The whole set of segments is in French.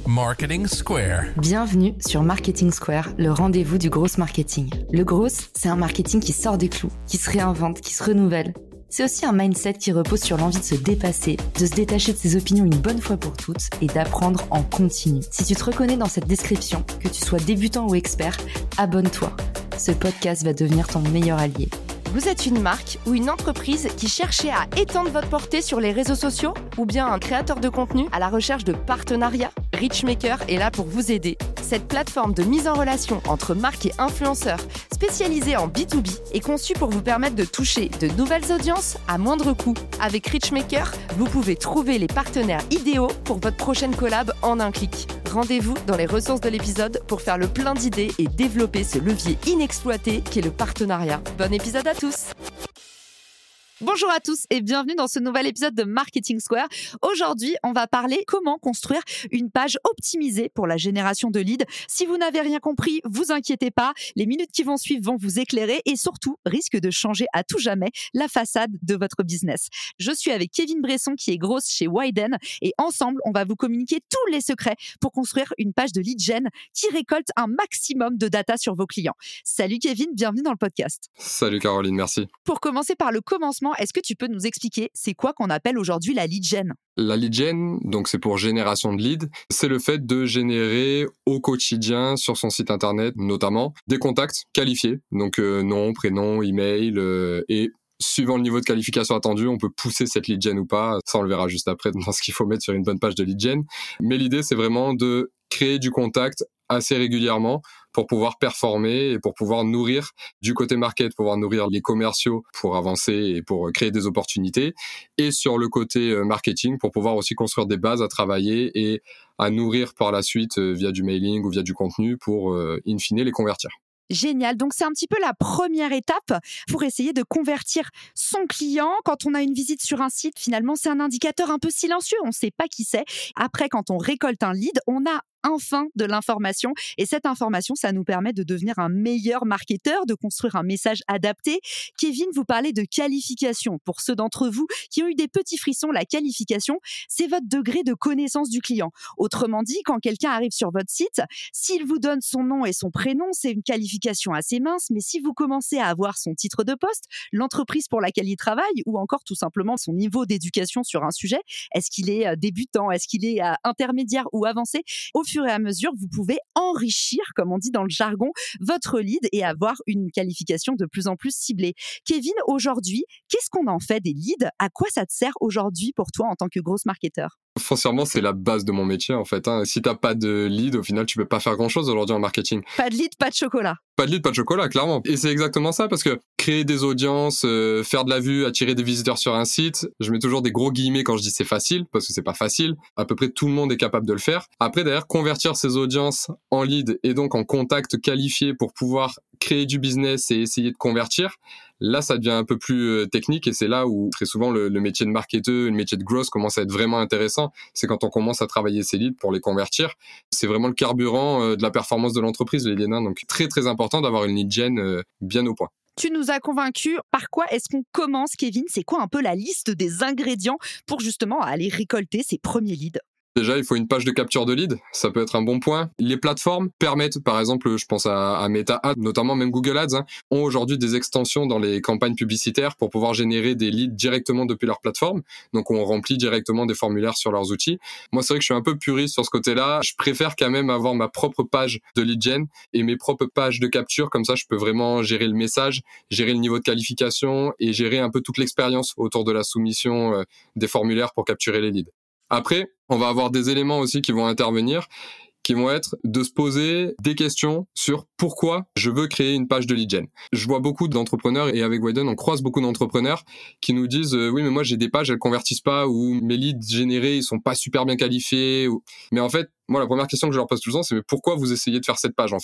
Marketing Square. Bienvenue sur Marketing Square, le rendez-vous du gros marketing. Le gros, c'est un marketing qui sort des clous, qui se réinvente, qui se renouvelle. C'est aussi un mindset qui repose sur l'envie de se dépasser, de se détacher de ses opinions une bonne fois pour toutes et d'apprendre en continu. Si tu te reconnais dans cette description, que tu sois débutant ou expert, abonne-toi. Ce podcast va devenir ton meilleur allié. Vous êtes une marque ou une entreprise qui cherchez à étendre votre portée sur les réseaux sociaux ou bien un créateur de contenu à la recherche de partenariats? Richmaker est là pour vous aider. Cette plateforme de mise en relation entre marques et influenceurs spécialisée en B2B est conçue pour vous permettre de toucher de nouvelles audiences à moindre coût. Avec Richmaker, vous pouvez trouver les partenaires idéaux pour votre prochaine collab en un clic. Rendez-vous dans les ressources de l'épisode pour faire le plein d'idées et développer ce levier inexploité qu'est le partenariat. Bon épisode à tous! Bonjour à tous et bienvenue dans ce nouvel épisode de Marketing Square. Aujourd'hui, on va parler comment construire une page optimisée pour la génération de leads. Si vous n'avez rien compris, vous inquiétez pas, les minutes qui vont suivre vont vous éclairer et surtout risquent de changer à tout jamais la façade de votre business. Je suis avec Kevin Bresson qui est grosse chez Widen et ensemble, on va vous communiquer tous les secrets pour construire une page de lead gen qui récolte un maximum de data sur vos clients. Salut Kevin, bienvenue dans le podcast. Salut Caroline, merci. Pour commencer par le commencement, est-ce que tu peux nous expliquer c'est quoi qu'on appelle aujourd'hui la lead gen? La lead gen, donc c'est pour génération de leads, c'est le fait de générer au quotidien sur son site internet notamment des contacts qualifiés, donc nom, prénom, email et suivant le niveau de qualification attendu, on peut pousser cette lead gen ou pas. Ça, on le verra juste après dans ce qu'il faut mettre sur une bonne page de lead gen. Mais l'idée, c'est vraiment de créer du contact assez régulièrement pour pouvoir performer et pour pouvoir nourrir du côté market, pouvoir nourrir les commerciaux pour avancer et pour créer des opportunités. Et sur le côté marketing, pour pouvoir aussi construire des bases à travailler et à nourrir par la suite via du mailing ou via du contenu pour, in fine, les convertir. Génial. Donc, c'est un petit peu la première étape pour essayer de convertir son client. Quand on a une visite sur un site, finalement, c'est un indicateur un peu silencieux. On ne sait pas qui c'est. Après, quand on récolte un lead, on a enfin de l'information. Et cette information, ça nous permet de devenir un meilleur marketeur, de construire un message adapté. Kevin, vous parlez de qualification. Pour ceux d'entre vous qui ont eu des petits frissons, la qualification, c'est votre degré de connaissance du client. Autrement dit, quand quelqu'un arrive sur votre site, s'il vous donne son nom et son prénom, c'est une qualification assez mince. Mais si vous commencez à avoir son titre de poste, l'entreprise pour laquelle il travaille ou encore tout simplement son niveau d'éducation sur un sujet, est-ce qu'il est débutant, est-ce qu'il est intermédiaire ou avancé, au fur et à mesure, vous pouvez enrichir, comme on dit dans le jargon, votre lead et avoir une qualification de plus en plus ciblée. Kevin, aujourd'hui, qu'est-ce qu'on en fait des leads? À quoi ça te sert aujourd'hui pour toi en tant que grosse marketeur? Foncièrement, c'est la base de mon métier en fait. Si t'as pas de lead, au final, tu peux pas faire grand-chose aujourd'hui en marketing. Pas de lead, pas de chocolat. Pas de lead, pas de chocolat, clairement. Et c'est exactement ça, parce que créer des audiences, faire de la vue, attirer des visiteurs sur un site, je mets toujours des gros guillemets quand je dis c'est facile, parce que c'est pas facile. À peu près tout le monde est capable de le faire. Après, derrière, convertir ces audiences en lead et donc en contact qualifié pour pouvoir créer du business et essayer de convertir, là, ça devient un peu plus technique et c'est là où très souvent le métier de marketeur, le métier de growth commence à être vraiment intéressant. C'est quand on commence à travailler ces leads pour les convertir. C'est vraiment le carburant de la performance de l'entreprise, les leads. Donc, très, très important d'avoir une lead gen bien au point. Tu nous as convaincus. Par quoi est-ce qu'on commence, Kevin? C'est quoi un peu la liste des ingrédients pour justement aller récolter ces premiers leads? Déjà, il faut une page de capture de lead. Ça peut être un bon point. Les plateformes permettent, par exemple, je pense à Meta Ads, notamment même Google Ads, ont aujourd'hui des extensions dans les campagnes publicitaires pour pouvoir générer des leads directement depuis leur plateforme. Donc, on remplit directement des formulaires sur leurs outils. Moi, c'est vrai que je suis un peu puriste sur ce côté-là. Je préfère quand même avoir ma propre page de lead gen et mes propres pages de capture. Comme ça, je peux vraiment gérer le message, gérer le niveau de qualification et gérer un peu toute l'expérience autour de la soumission des formulaires pour capturer les leads. Après, on va avoir des éléments aussi qui vont intervenir, qui vont être de se poser des questions sur pourquoi je veux créer une page de lead gen. Je vois beaucoup d'entrepreneurs et avec Widen, on croise beaucoup d'entrepreneurs qui nous disent oui, mais moi j'ai des pages, elles convertissent pas ou mes leads générés, ils sont pas super bien qualifiés. Mais en fait, moi la première question que je leur pose tout le temps, c'est mais pourquoi vous essayez de faire cette page en fait?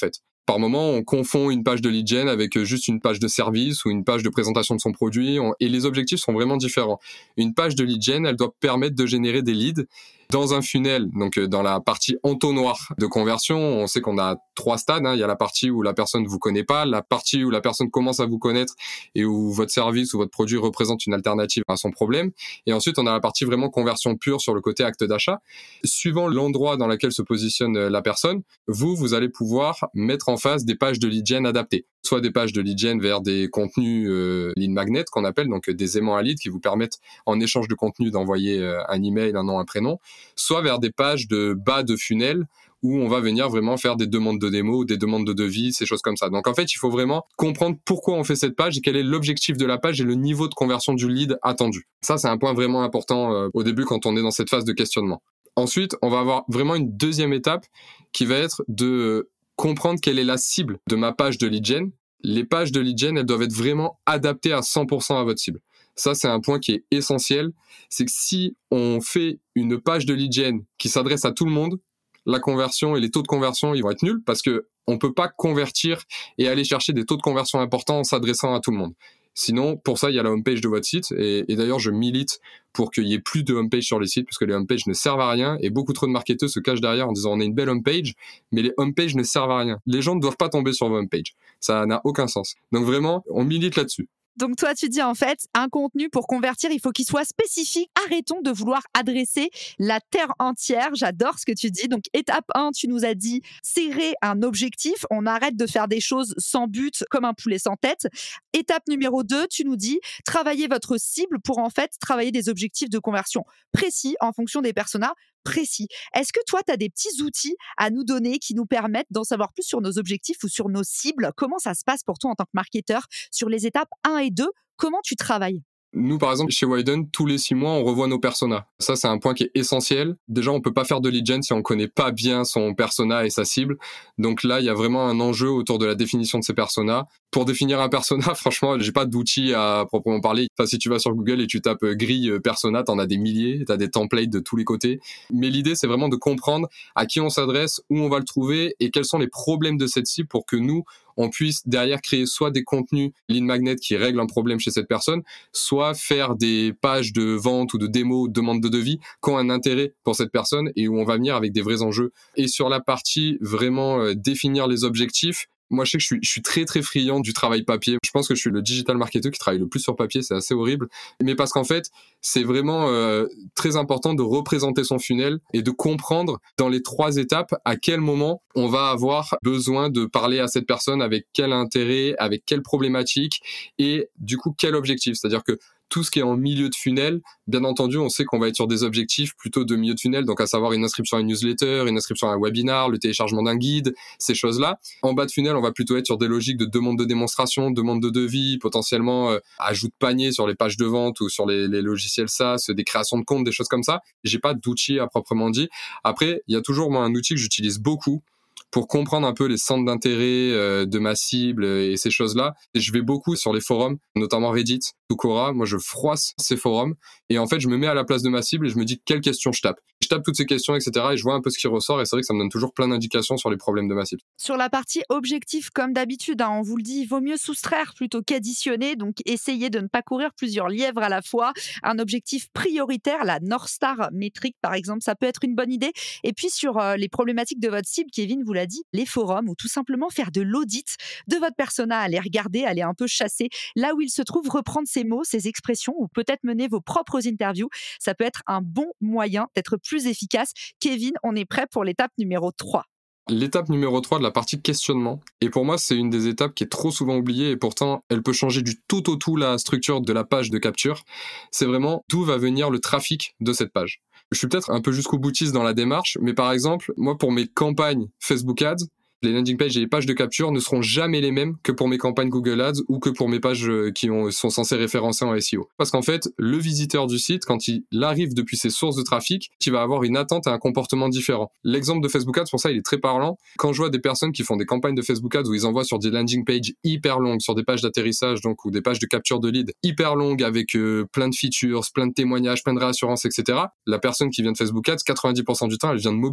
Par moment, on confond une page de lead gen avec juste une page de service ou une page de présentation de son produit, et les objectifs sont vraiment différents. Une page de lead gen, elle doit permettre de générer des leads dans un funnel. Donc dans la partie entonnoir de conversion, on sait qu'on a 3 stades. Il y a la partie où la personne vous connaît pas, la partie où la personne commence à vous connaître et où votre service ou votre produit représente une alternative à son problème. Et ensuite, on a la partie vraiment conversion pure sur le côté acte d'achat. Suivant l'endroit dans lequel se positionne la personne, vous allez pouvoir mettre en face des pages de lead gen adaptées. Soit des pages de lead gen vers des contenus lead magnet qu'on appelle, donc des aimants à lead qui vous permettent en échange de contenu d'envoyer un email, un nom, un prénom, soit vers des pages de bas de funnel où on va venir vraiment faire des demandes de démo, des demandes de devis, ces choses comme ça. Donc en fait, il faut vraiment comprendre pourquoi on fait cette page et quel est l'objectif de la page et le niveau de conversion du lead attendu. Ça, c'est un point vraiment important au début quand on est dans cette phase de questionnement. Ensuite, on va avoir vraiment une deuxième étape qui va être de comprendre quelle est la cible de ma page de lead gen. Les pages de lead gen, elles doivent être vraiment adaptées à 100% à votre cible. Ça, c'est un point qui est essentiel. C'est que si on fait une page de lead gen qui s'adresse à tout le monde, la conversion et les taux de conversion, ils vont être nuls parce que on peut pas convertir et aller chercher des taux de conversion importants en s'adressant à tout le monde. Sinon, pour ça, il y a la homepage de votre site. Et d'ailleurs, je milite pour qu'il y ait plus de homepage sur les sites parce que les homepages ne servent à rien et beaucoup trop de marketeurs se cachent derrière en disant on a une belle homepage, mais les homepages ne servent à rien. Les gens ne doivent pas tomber sur vos homepages. Ça n'a aucun sens. Donc vraiment, on milite là-dessus. Donc toi, tu dis en fait, un contenu pour convertir, il faut qu'il soit spécifique. Arrêtons de vouloir adresser la terre entière. J'adore ce que tu dis. Donc étape 1, tu nous as dit serrer un objectif. On arrête de faire des choses sans but comme un poulet sans tête. Étape numéro 2, tu nous dis travailler votre cible pour en fait travailler des objectifs de conversion précis en fonction des personas précis. Est-ce que toi, tu as des petits outils à nous donner qui nous permettent d'en savoir plus sur nos objectifs ou sur nos cibles? Comment ça se passe pour toi en tant que marketeur sur les étapes 1 et 2? Comment tu travailles? Nous, par exemple, chez Widen, tous les 6 mois, on revoit nos personas. Ça, c'est un point qui est essentiel. Déjà, on peut pas faire de lead gen si on connaît pas bien son persona et sa cible. Donc là, il y a vraiment un enjeu autour de la définition de ces personas. Pour définir un persona, franchement, j'ai pas d'outils à proprement parler. Enfin, si tu vas sur Google et tu tapes grille persona, t'en as des milliers, t'as des templates de tous les côtés. Mais l'idée, c'est vraiment de comprendre à qui on s'adresse, où on va le trouver et quels sont les problèmes de cette cible pour que nous, on puisse derrière créer soit des contenus lead magnet qui règlent un problème chez cette personne, soit faire des pages de vente ou de démo, de demande de devis qui ont un intérêt pour cette personne et où on va venir avec des vrais enjeux. Et sur la partie vraiment définir les objectifs, moi, je sais que je suis très, très friand du travail papier. Je pense que je suis le digital marketer qui travaille le plus sur papier. C'est assez horrible. Mais parce qu'en fait, c'est vraiment très important de représenter son funnel et de comprendre dans les 3 étapes à quel moment on va avoir besoin de parler à cette personne, avec quel intérêt, avec quelle problématique et du coup, quel objectif. C'est-à-dire que tout ce qui est en milieu de funnel, bien entendu, on sait qu'on va être sur des objectifs plutôt de milieu de funnel, donc à savoir une inscription à une newsletter, une inscription à un webinar, le téléchargement d'un guide, ces choses-là. En bas de funnel, on va plutôt être sur des logiques de demande de démonstration, demande de devis, potentiellement ajout de panier sur les pages de vente ou sur les logiciels SaaS, des créations de comptes, des choses comme ça. J'ai pas d'outils à proprement dit. Après, il y a toujours moi un outil que j'utilise beaucoup pour comprendre un peu les centres d'intérêt de ma cible et ces choses-là. Et je vais beaucoup sur les forums, notamment Reddit ou Quora. Moi, je froisse ces forums et en fait, je me mets à la place de ma cible et je me dis quelles questions je tape. Je tape toutes ces questions, etc. et je vois un peu ce qui ressort et c'est vrai que ça me donne toujours plein d'indications sur les problèmes de ma cible. Sur la partie objectif, comme d'habitude, on vous le dit, il vaut mieux soustraire plutôt qu'additionner. Donc, essayez de ne pas courir plusieurs lièvres à la fois. Un objectif prioritaire, la North Star métrique, par exemple, ça peut être une bonne idée. Et puis, sur les problématiques de votre cible, Kevin vous l'a dit, les forums ou tout simplement faire de l'audit de votre persona, aller regarder, aller un peu chasser là où il se trouve, reprendre ses mots, ses expressions ou peut-être mener vos propres interviews. Ça peut être un bon moyen d'être plus efficace. Kevin, on est prêt pour l'étape numéro 3. L'étape numéro 3 de la partie questionnement. Et pour moi, c'est une des étapes qui est trop souvent oubliée et pourtant, elle peut changer du tout au tout la structure de la page de capture. C'est vraiment d'où va venir le trafic de cette page. Je suis peut-être un peu jusqu'au boutiste dans la démarche, mais par exemple, moi, pour mes campagnes Facebook Ads, les landing pages et les pages de capture ne seront jamais les mêmes que pour mes campagnes Google Ads ou que pour mes pages qui sont censées référencer en SEO. Parce qu'en fait, le visiteur du site, quand il arrive depuis ses sources de trafic, il va avoir une attente et un comportement différent. L'exemple de Facebook Ads, pour ça, il est très parlant. Quand je vois des personnes qui font des campagnes de Facebook Ads où ils envoient sur des landing pages hyper longues, sur des pages d'atterrissage, donc, ou des pages de capture de lead hyper longues avec plein de features, plein de témoignages, plein de réassurances, etc. La personne qui vient de Facebook Ads, 90% du temps, elle vient de mobile.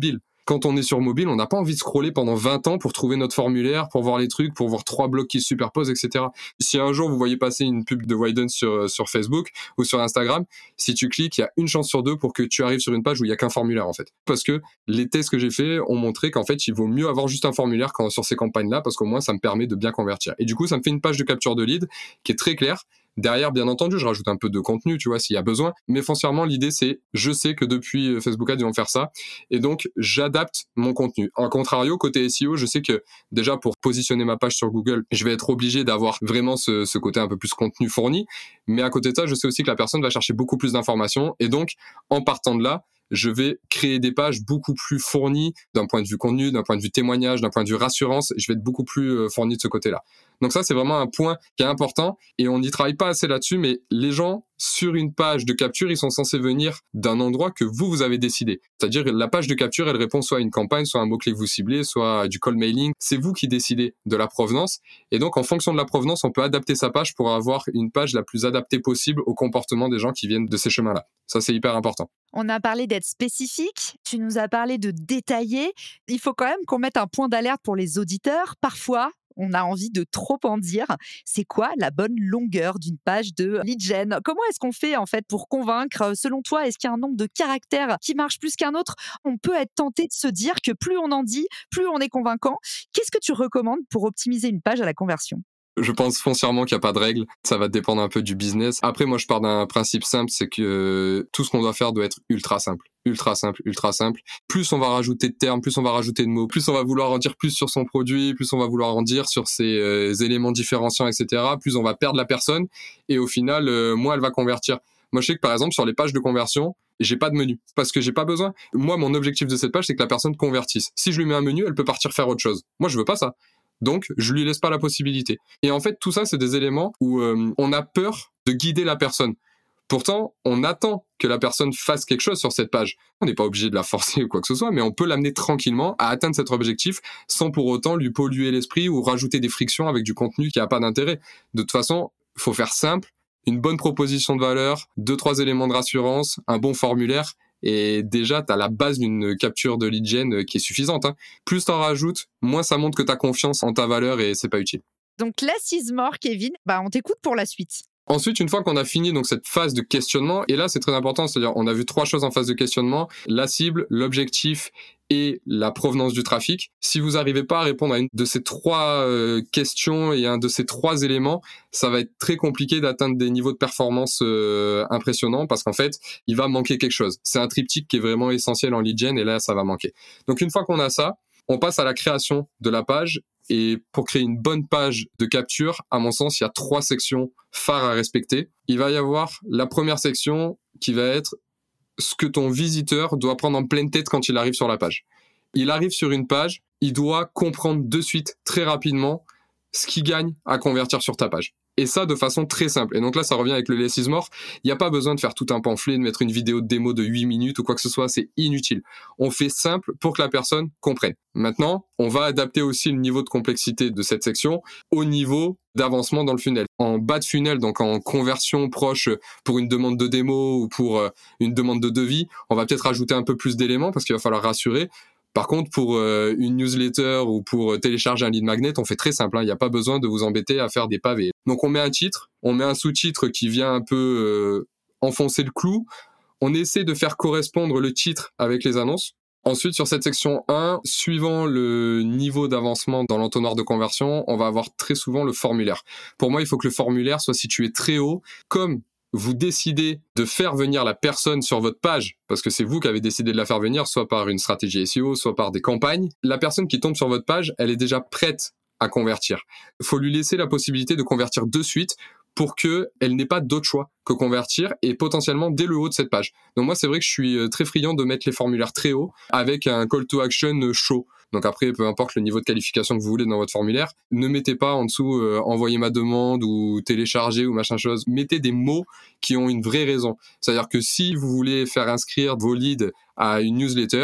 Quand on est sur mobile, on n'a pas envie de scroller pendant 20 ans pour trouver notre formulaire, pour voir les trucs, pour voir 3 blocs qui se superposent, etc. Si un jour vous voyez passer une pub de Widen sur Facebook ou sur Instagram, si tu cliques, il y a une chance sur deux pour que tu arrives sur une page où il y a qu'un formulaire en fait. Parce que les tests que j'ai faits ont montré qu'en fait, il vaut mieux avoir juste un formulaire sur ces campagnes-là, parce qu'au moins ça me permet de bien convertir. Et du coup, ça me fait une page de capture de lead qui est très claire. Derrière, bien entendu, je rajoute un peu de contenu, tu vois, s'il y a besoin. Mais foncièrement, l'idée, c'est, je sais que depuis Facebook Ads, ils vont faire ça. Et donc, j'adapte mon contenu. En contrario, côté SEO, je sais que déjà, pour positionner ma page sur Google, je vais être obligé d'avoir vraiment ce côté un peu plus contenu fourni. Mais à côté de ça, je sais aussi que la personne va chercher beaucoup plus d'informations. Et donc, en partant de là, je vais créer des pages beaucoup plus fournies d'un point de vue contenu, d'un point de vue témoignage, d'un point de vue rassurance. Je vais être beaucoup plus fourni de ce côté-là. Donc ça, c'est vraiment un point qui est important et on n'y travaille pas assez là-dessus, mais les gens, sur une page de capture, ils sont censés venir d'un endroit que vous avez décidé. C'est-à-dire la page de capture, elle répond soit à une campagne, soit à un mot-clé que vous ciblez, soit à du call mailing. C'est vous qui décidez de la provenance. Et donc, en fonction de la provenance, on peut adapter sa page pour avoir une page la plus adaptée possible au comportement des gens qui viennent de ces chemins-là. Ça, c'est hyper important. On a parlé d'être spécifique, tu nous as parlé de détailler. Il faut quand même qu'on mette un point d'alerte pour les auditeurs. Parfois, on a envie de trop en dire. C'est quoi la bonne longueur d'une page de lead gen? Comment est-ce qu'on fait en fait pour convaincre? Selon toi, est-ce qu'il y a un nombre de caractères qui marche plus qu'un autre? On peut être tenté de se dire que plus on en dit, plus on est convaincant. Qu'est-ce que tu recommandes pour optimiser une page à la conversion? Je pense foncièrement qu'il n'y a pas de règle. Ça va dépendre un peu du business. Après, moi, je pars d'un principe simple, c'est que tout ce qu'on doit faire doit être ultra simple. Ultra simple, ultra simple. Plus on va rajouter de termes, plus on va rajouter de mots, plus on va vouloir en dire plus sur son produit, plus on va vouloir en dire sur ses éléments différenciants, etc., plus on va perdre la personne. Et au final, moins elle va convertir. Moi, je sais que par exemple, sur les pages de conversion, j'ai pas de menu parce que j'ai pas besoin. Moi, mon objectif de cette page, c'est que la personne convertisse. Si je lui mets un menu, elle peut partir faire autre chose. Moi, je veux pas ça. Donc, je lui laisse pas la possibilité. Et en fait, tout ça, c'est des éléments où on a peur de guider la personne. Pourtant, on attend que la personne fasse quelque chose sur cette page. On n'est pas obligé de la forcer ou quoi que ce soit, mais on peut l'amener tranquillement à atteindre cet objectif sans pour autant lui polluer l'esprit ou rajouter des frictions avec du contenu qui n'a pas d'intérêt. De toute façon, il faut faire simple, une bonne proposition de valeur, 2-3 éléments de rassurance, un bon formulaire. Et déjà, tu as la base d'une capture de lead gen qui est suffisante. Plus t'en rajoutes, moins ça montre que tu as confiance en ta valeur et c'est pas utile. Donc, less is more, Kevin. On t'écoute pour la suite. Ensuite, une fois qu'on a fini donc cette phase de questionnement, et là c'est très important, c'est-à-dire on a vu 3 choses en phase de questionnement, la cible, l'objectif et la provenance du trafic. Si vous n'arrivez pas à répondre à une de ces 3 questions et un de ces 3 éléments, ça va être très compliqué d'atteindre des niveaux de performance impressionnants parce qu'en fait, il va manquer quelque chose. C'est un triptyque qui est vraiment essentiel en lead gen et là, ça va manquer. Donc une fois qu'on a ça, on passe à la création de la page. Et pour créer une bonne page de capture, à mon sens, il y a 3 sections phares à respecter. Il va y avoir la première section qui va être ce que ton visiteur doit prendre en pleine tête quand il arrive sur la page. Il arrive sur une page, il doit comprendre de suite, très rapidement, ce qu'il gagne à convertir sur ta page. Et ça de façon très simple. Et donc là, ça revient avec le less is more. Il n'y a pas besoin de faire tout un pamphlet, de mettre une vidéo de démo de 8 minutes ou quoi que ce soit. C'est inutile. On fait simple pour que la personne comprenne. Maintenant, on va adapter aussi le niveau de complexité de cette section au niveau d'avancement dans le funnel. En bas de funnel, donc en conversion proche pour une demande de démo ou pour une demande de devis, on va peut-être ajouter un peu plus d'éléments parce qu'il va falloir rassurer. Par contre, pour une newsletter ou pour télécharger un lead magnet, on fait très simple. Il n'y a pas besoin de vous embêter à faire des pavés. Donc on met un titre, on met un sous-titre qui vient un peu enfoncer le clou. On essaie de faire correspondre le titre avec les annonces. Ensuite, sur cette section 1, suivant le niveau d'avancement dans l'entonnoir de conversion, on va avoir très souvent le formulaire. Pour moi, il faut que le formulaire soit situé très haut, comme vous décidez de faire venir la personne sur votre page, parce que c'est vous qui avez décidé de la faire venir, soit par une stratégie SEO, soit par des campagnes, la personne qui tombe sur votre page, elle est déjà prête à convertir. Il faut lui laisser la possibilité de convertir de suite pour qu'elle n'ait pas d'autre choix que convertir et potentiellement dès le haut de cette page. Donc moi, c'est vrai que je suis très friand de mettre les formulaires très haut avec un call to action chaud. Donc après, peu importe le niveau de qualification que vous voulez dans votre formulaire, ne mettez pas en dessous envoyez ma demande ou télécharger ou machin chose. Mettez des mots qui ont une vraie raison. C'est-à-dire que si vous voulez faire inscrire vos leads à une newsletter,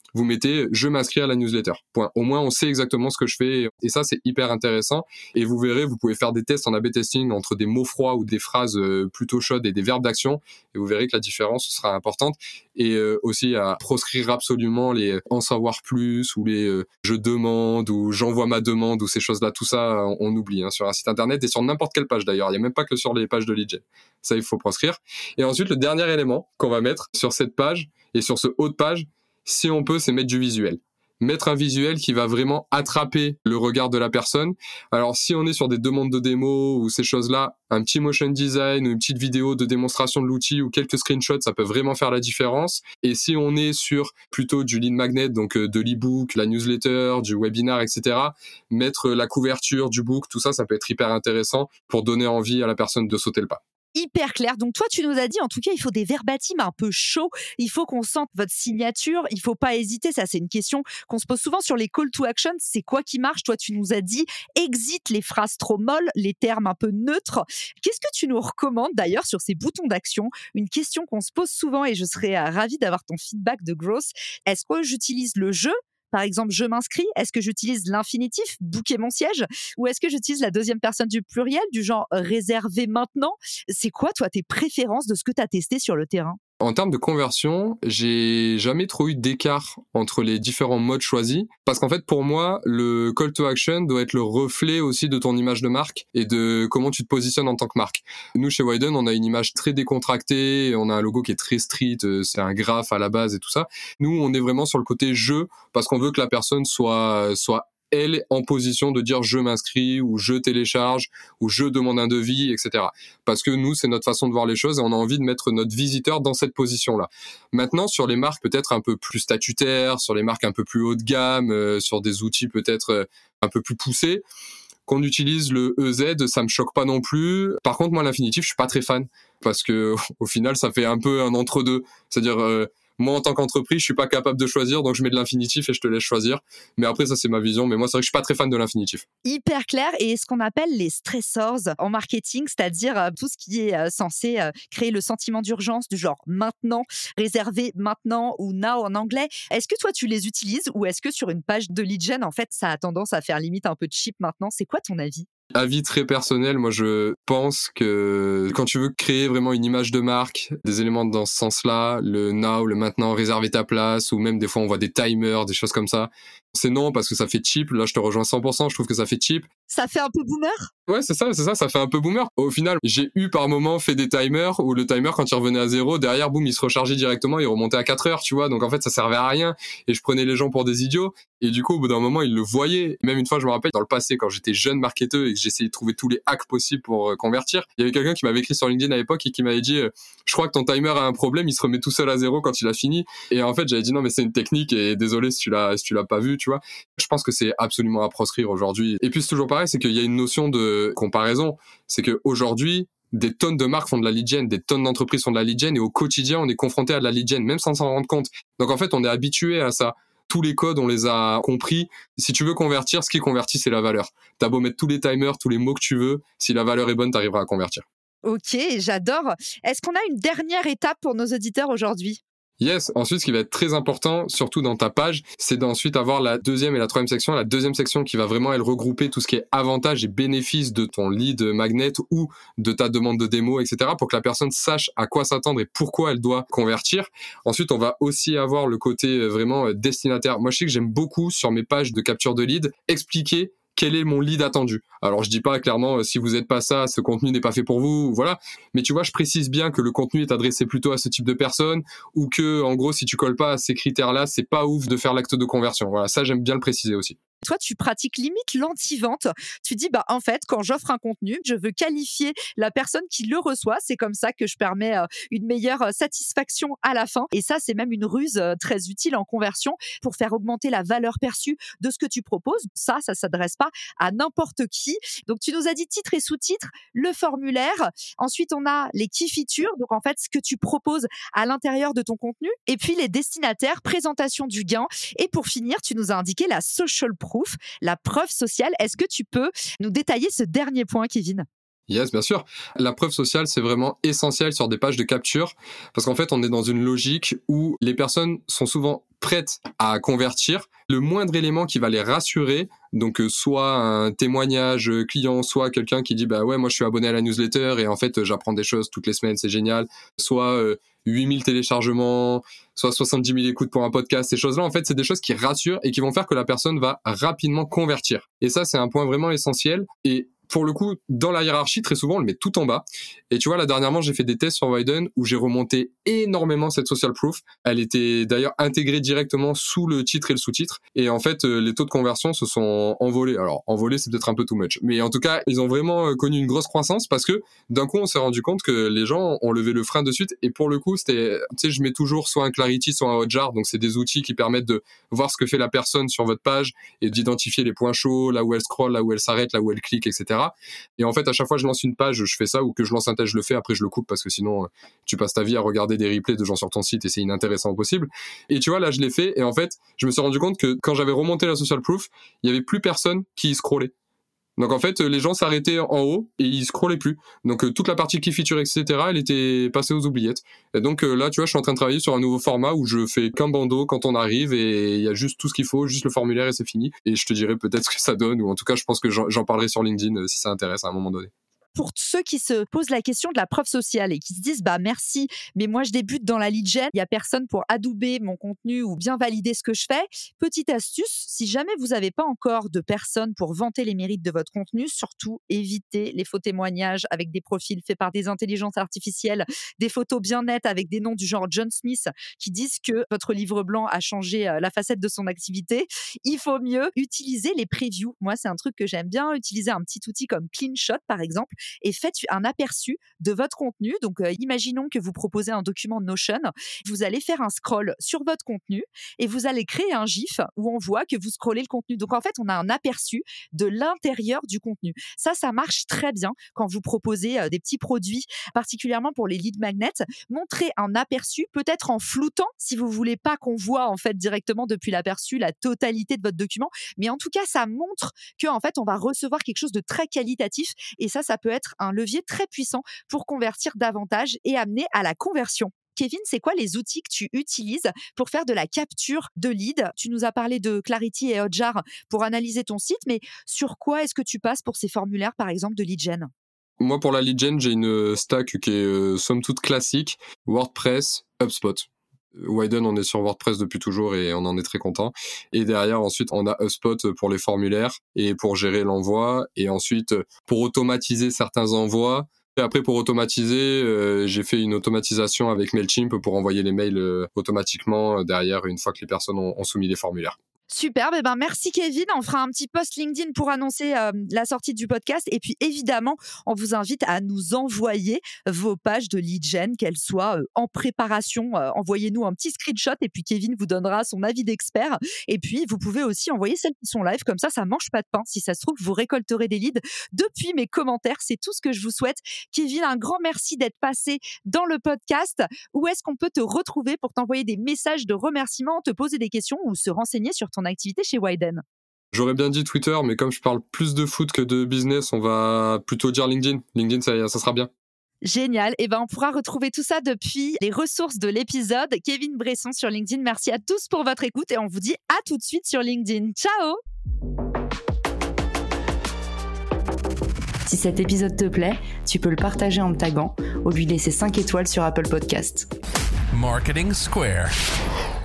vous mettez « je m'inscris à la newsletter ». Point. Au moins, on sait exactement ce que je fais et ça, c'est hyper intéressant. Et vous verrez, vous pouvez faire des tests en A/B testing entre des mots froids ou des phrases plutôt chaudes et des verbes d'action et vous verrez que la différence sera importante. Et aussi à proscrire absolument les « en savoir plus » ou les « je demande » ou « j'envoie ma demande » ou ces choses-là. Tout ça, on oublie sur un site internet et sur n'importe quelle page d'ailleurs. Il n'y a même pas que sur les pages de lead gen. Ça, il faut proscrire. Et ensuite, le dernier élément qu'on va mettre sur cette page et sur ce haut de page, si on peut, c'est mettre du visuel. Mettre un visuel qui va vraiment attraper le regard de la personne. Alors, si on est sur des demandes de démo ou ces choses-là, un petit motion design ou une petite vidéo de démonstration de l'outil ou quelques screenshots, ça peut vraiment faire la différence. Et si on est sur plutôt du lead magnet, donc de l'e-book, la newsletter, du webinar, etc., mettre la couverture du book, tout ça, ça peut être hyper intéressant pour donner envie à la personne de sauter le pas. Hyper clair. Donc toi, tu nous as dit, en tout cas, il faut des verbatims un peu chauds. Il faut qu'on sente votre signature. Il faut pas hésiter. Ça, c'est une question qu'on se pose souvent sur les call to action. C'est quoi qui marche? Toi, tu nous as dit, exit les phrases trop molles, les termes un peu neutres. Qu'est-ce que tu nous recommandes d'ailleurs sur ces boutons d'action? Une question qu'on se pose souvent et je serais ravie d'avoir ton feedback de growth. Est-ce que j'utilise le je? Par exemple, je m'inscris, est-ce que j'utilise l'infinitif, booker mon siège, ou est-ce que j'utilise la deuxième personne du pluriel, du genre réserver maintenant? C'est quoi, toi, tes préférences de ce que tu as testé sur le terrain? En termes de conversion, j'ai jamais trop eu d'écart entre les différents modes choisis parce qu'en fait pour moi le call to action doit être le reflet aussi de ton image de marque et de comment tu te positionnes en tant que marque. Nous chez Widen, on a une image très décontractée, on a un logo qui est très street, c'est un graphe à la base et tout ça. Nous on est vraiment sur le côté jeu parce qu'on veut que la personne soit elle en position de dire je m'inscris ou je télécharge ou je demande un devis, etc. Parce que nous, c'est notre façon de voir les choses et on a envie de mettre notre visiteur dans cette position-là. Maintenant, sur les marques peut-être un peu plus statutaires, sur les marques un peu plus haut de gamme, sur des outils peut-être un peu plus poussés, qu'on utilise le EZ, ça me choque pas non plus. Par contre, moi, l'infinitif, je suis pas très fan parce que au final, ça fait un peu un entre-deux. C'est-à-dire, moi, en tant qu'entreprise, je suis pas capable de choisir, donc je mets de l'infinitif et je te laisse choisir. Mais après, ça, c'est ma vision. Mais moi, c'est vrai que je suis pas très fan de l'infinitif. Hyper clair. Et ce qu'on appelle les stressors en marketing, c'est-à-dire tout ce qui est censé créer le sentiment d'urgence du genre maintenant, réservé maintenant ou now en anglais. Est-ce que toi, tu les utilises ou est-ce que sur une page de lead gen, en fait, ça a tendance à faire limite un peu cheap maintenant? C'est quoi ton avis? Avis très personnel, moi je pense que quand tu veux créer vraiment une image de marque, des éléments dans ce sens-là, le now, le maintenant, réserver ta place, ou même des fois on voit des timers, des choses comme ça, c'est non parce que ça fait cheap. Là je te rejoins 100%, je trouve que ça fait cheap. Ça fait un peu boomer? Ouais, c'est ça fait un peu boomer. Au final, j'ai eu par moment fait des timers où le timer, quand il revenait à 0, derrière, boum, il se rechargeait directement, il remontait à 4 heures, tu vois. Donc en fait, ça servait à rien et je prenais les gens pour des idiots. Et du coup, au bout d'un moment, ils le voyaient. Même une fois, je me rappelle, dans le passé, quand j'étais jeune marketeur et que j'essayais de trouver tous les hacks possibles pour convertir, il y avait quelqu'un qui m'avait écrit sur LinkedIn à l'époque et qui m'avait dit je crois que ton timer a un problème, il se remet tout seul à 0 quand il a fini. Et en fait, j'avais dit non, mais c'est une technique et désolé si tu l'as pas vu, tu vois. Je pense que c'est absolument à proscrire aujourd'hui. Et puis c'est toujours pareil, c'est qu'il y a une notion de comparaison. C'est que aujourd'hui, des tonnes de marques font de la lead gen, des tonnes d'entreprises font de la lead gen et au quotidien, on est confronté à de la lead gen, même sans s'en rendre compte. Donc en fait, on est habitué à ça. Tous les codes, on les a compris. Si tu veux convertir, ce qui convertit, c'est la valeur. T'as beau mettre tous les timers, tous les mots que tu veux, si la valeur est bonne, t'arriveras à convertir. Ok, j'adore. Est-ce qu'on a une dernière étape pour nos auditeurs aujourd'hui? Yes. Ensuite, ce qui va être très important, surtout dans ta page, c'est d'ensuite avoir la deuxième et la troisième section. La deuxième section qui va vraiment, elle, regrouper tout ce qui est avantages et bénéfices de ton lead magnet ou de ta demande de démo, etc. pour que la personne sache à quoi s'attendre et pourquoi elle doit convertir. Ensuite, on va aussi avoir le côté vraiment destinataire. Moi, je sais que j'aime beaucoup sur mes pages de capture de lead expliquer quel est mon lead attendu. Alors, je dis pas clairement, si vous êtes pas ça, ce contenu n'est pas fait pour vous, voilà. Mais tu vois, je précise bien que le contenu est adressé plutôt à ce type de personne ou que, en gros, si tu colles pas à ces critères-là, c'est pas ouf de faire l'acte de conversion. Voilà, ça, j'aime bien le préciser aussi. Toi, tu pratiques limite l'anti-vente. Tu dis, en fait, quand j'offre un contenu, je veux qualifier la personne qui le reçoit. C'est comme ça que je permets une meilleure satisfaction à la fin. Et ça, c'est même une ruse très utile en conversion pour faire augmenter la valeur perçue de ce que tu proposes. Ça s'adresse pas à n'importe qui. Donc, tu nous as dit titre et sous-titre, le formulaire. Ensuite, on a les key features. Donc, en fait, ce que tu proposes à l'intérieur de ton contenu. Et puis, les destinataires, présentation du gain. Et pour finir, tu nous as indiqué la social proof, la preuve sociale. Est-ce que tu peux nous détailler ce dernier point, Kevin? Yes, bien sûr. La preuve sociale, c'est vraiment essentiel sur des pages de capture parce qu'en fait, on est dans une logique où les personnes sont souvent prêtes à convertir. Le moindre élément qui va les rassurer, donc soit un témoignage client, soit quelqu'un qui dit bah ouais, moi je suis abonné à la newsletter et en fait j'apprends des choses toutes les semaines, c'est génial, soit 8000 téléchargements, soit 70 000 écoutes pour un podcast, ces choses-là, en fait, c'est des choses qui rassurent et qui vont faire que la personne va rapidement convertir. Et ça, c'est un point vraiment essentiel. Et pour le coup, dans la hiérarchie, très souvent, on le met tout en bas. Et tu vois, là, dernièrement, j'ai fait des tests sur Widen où j'ai remonté énormément cette social proof. Elle était d'ailleurs intégrée directement sous le titre et le sous-titre. Et en fait, les taux de conversion se sont envolés. Alors, envolés, c'est peut-être un peu too much. Mais en tout cas, ils ont vraiment connu une grosse croissance parce que d'un coup, on s'est rendu compte que les gens ont levé le frein de suite. Et pour le coup, c'était, tu sais, je mets toujours soit un Clarity, soit un Hotjar. Donc, c'est des outils qui permettent de voir ce que fait la personne sur votre page et d'identifier les points chauds, là où elle scrolle, là où elle s'arrête, là où elle clique, etc. Et en fait, à chaque fois que je lance une page, je fais ça, ou que je lance un test, je le fais, après je le coupe parce que sinon, tu passes ta vie à regarder des replays de gens sur ton site et c'est inintéressant au possible. Et tu vois, là, je l'ai fait et en fait, je me suis rendu compte que quand j'avais remonté la social proof, il y avait plus personne qui scrollait. Donc en fait, les gens s'arrêtaient en haut et ils scrollaient plus. Donc toute la partie key feature, etc., elle était passée aux oubliettes. Et donc là, tu vois, je suis en train de travailler sur un nouveau format où je fais qu'un bandeau quand on arrive et il y a juste tout ce qu'il faut, juste le formulaire et c'est fini. Et je te dirai peut-être ce que ça donne, ou en tout cas, je pense que j'en parlerai sur LinkedIn si ça intéresse à un moment donné. Pour ceux qui se posent la question de la preuve sociale et qui se disent bah merci, mais moi je débute dans la lead gen, il y a personne pour adouber mon contenu ou bien valider ce que je fais. Petite astuce, si jamais vous n'avez pas encore de personnes pour vanter les mérites de votre contenu, surtout évitez les faux témoignages avec des profils faits par des intelligences artificielles, des photos bien nettes avec des noms du genre John Smith qui disent que votre livre blanc a changé la facette de son activité. Il faut mieux utiliser les previews. Moi, c'est un truc que j'aime bien, utiliser un petit outil comme CleanShot par exemple, et faites un aperçu de votre contenu. Donc, imaginons que vous proposez un document Notion. Vous allez faire un scroll sur votre contenu et vous allez créer un GIF où on voit que vous scrollez le contenu. Donc, en fait, on a un aperçu de l'intérieur du contenu. Ça marche très bien quand vous proposez des petits produits, particulièrement pour les lead magnets. Montrez un aperçu, peut-être en floutant, si vous voulez pas qu'on voit en fait directement depuis l'aperçu la totalité de votre document. Mais en tout cas, ça montre que en fait, on va recevoir quelque chose de très qualitatif et ça peut être un levier très puissant pour convertir davantage et amener à la conversion. Kevin, c'est quoi les outils que tu utilises pour faire de la capture de lead ? Tu nous as parlé de Clarity et Hotjar pour analyser ton site, mais sur quoi est-ce que tu passes pour ces formulaires, par exemple, de lead gen ? Moi, pour la lead gen, j'ai une stack qui est somme toute classique, WordPress, HubSpot. Widen, on est sur WordPress depuis toujours et on en est très content. Et derrière, ensuite, on a HubSpot pour les formulaires et pour gérer l'envoi. Et ensuite, pour automatiser certains envois. Et après, pour automatiser, j'ai fait une automatisation avec MailChimp pour envoyer les mails automatiquement derrière une fois que les personnes ont soumis les formulaires. Superbe, eh ben merci Kevin, on fera un petit post LinkedIn pour annoncer la sortie du podcast et puis évidemment on vous invite à nous envoyer vos pages de lead gen, qu'elles soient en préparation, envoyez-nous un petit screenshot et puis Kevin vous donnera son avis d'expert et puis vous pouvez aussi envoyer celles qui sont live, comme ça mange pas de pain, si ça se trouve vous récolterez des leads depuis mes commentaires, c'est tout ce que je vous souhaite. Kevin, un grand merci d'être passé dans le podcast. Où est-ce qu'on peut te retrouver pour t'envoyer des messages de remerciements, te poser des questions ou se renseigner sur ton activité chez Widen? J'aurais bien dit Twitter, mais comme je parle plus de foot que de business, on va plutôt dire LinkedIn. LinkedIn, ça sera bien. Génial. Et on pourra retrouver tout ça depuis les ressources de l'épisode. Kevin Bresson sur LinkedIn. Merci à tous pour votre écoute et on vous dit à tout de suite sur LinkedIn. Ciao! Si cet épisode te plaît, tu peux le partager en me taguant ou lui laisser 5 étoiles sur Apple Podcast. Marketing Square.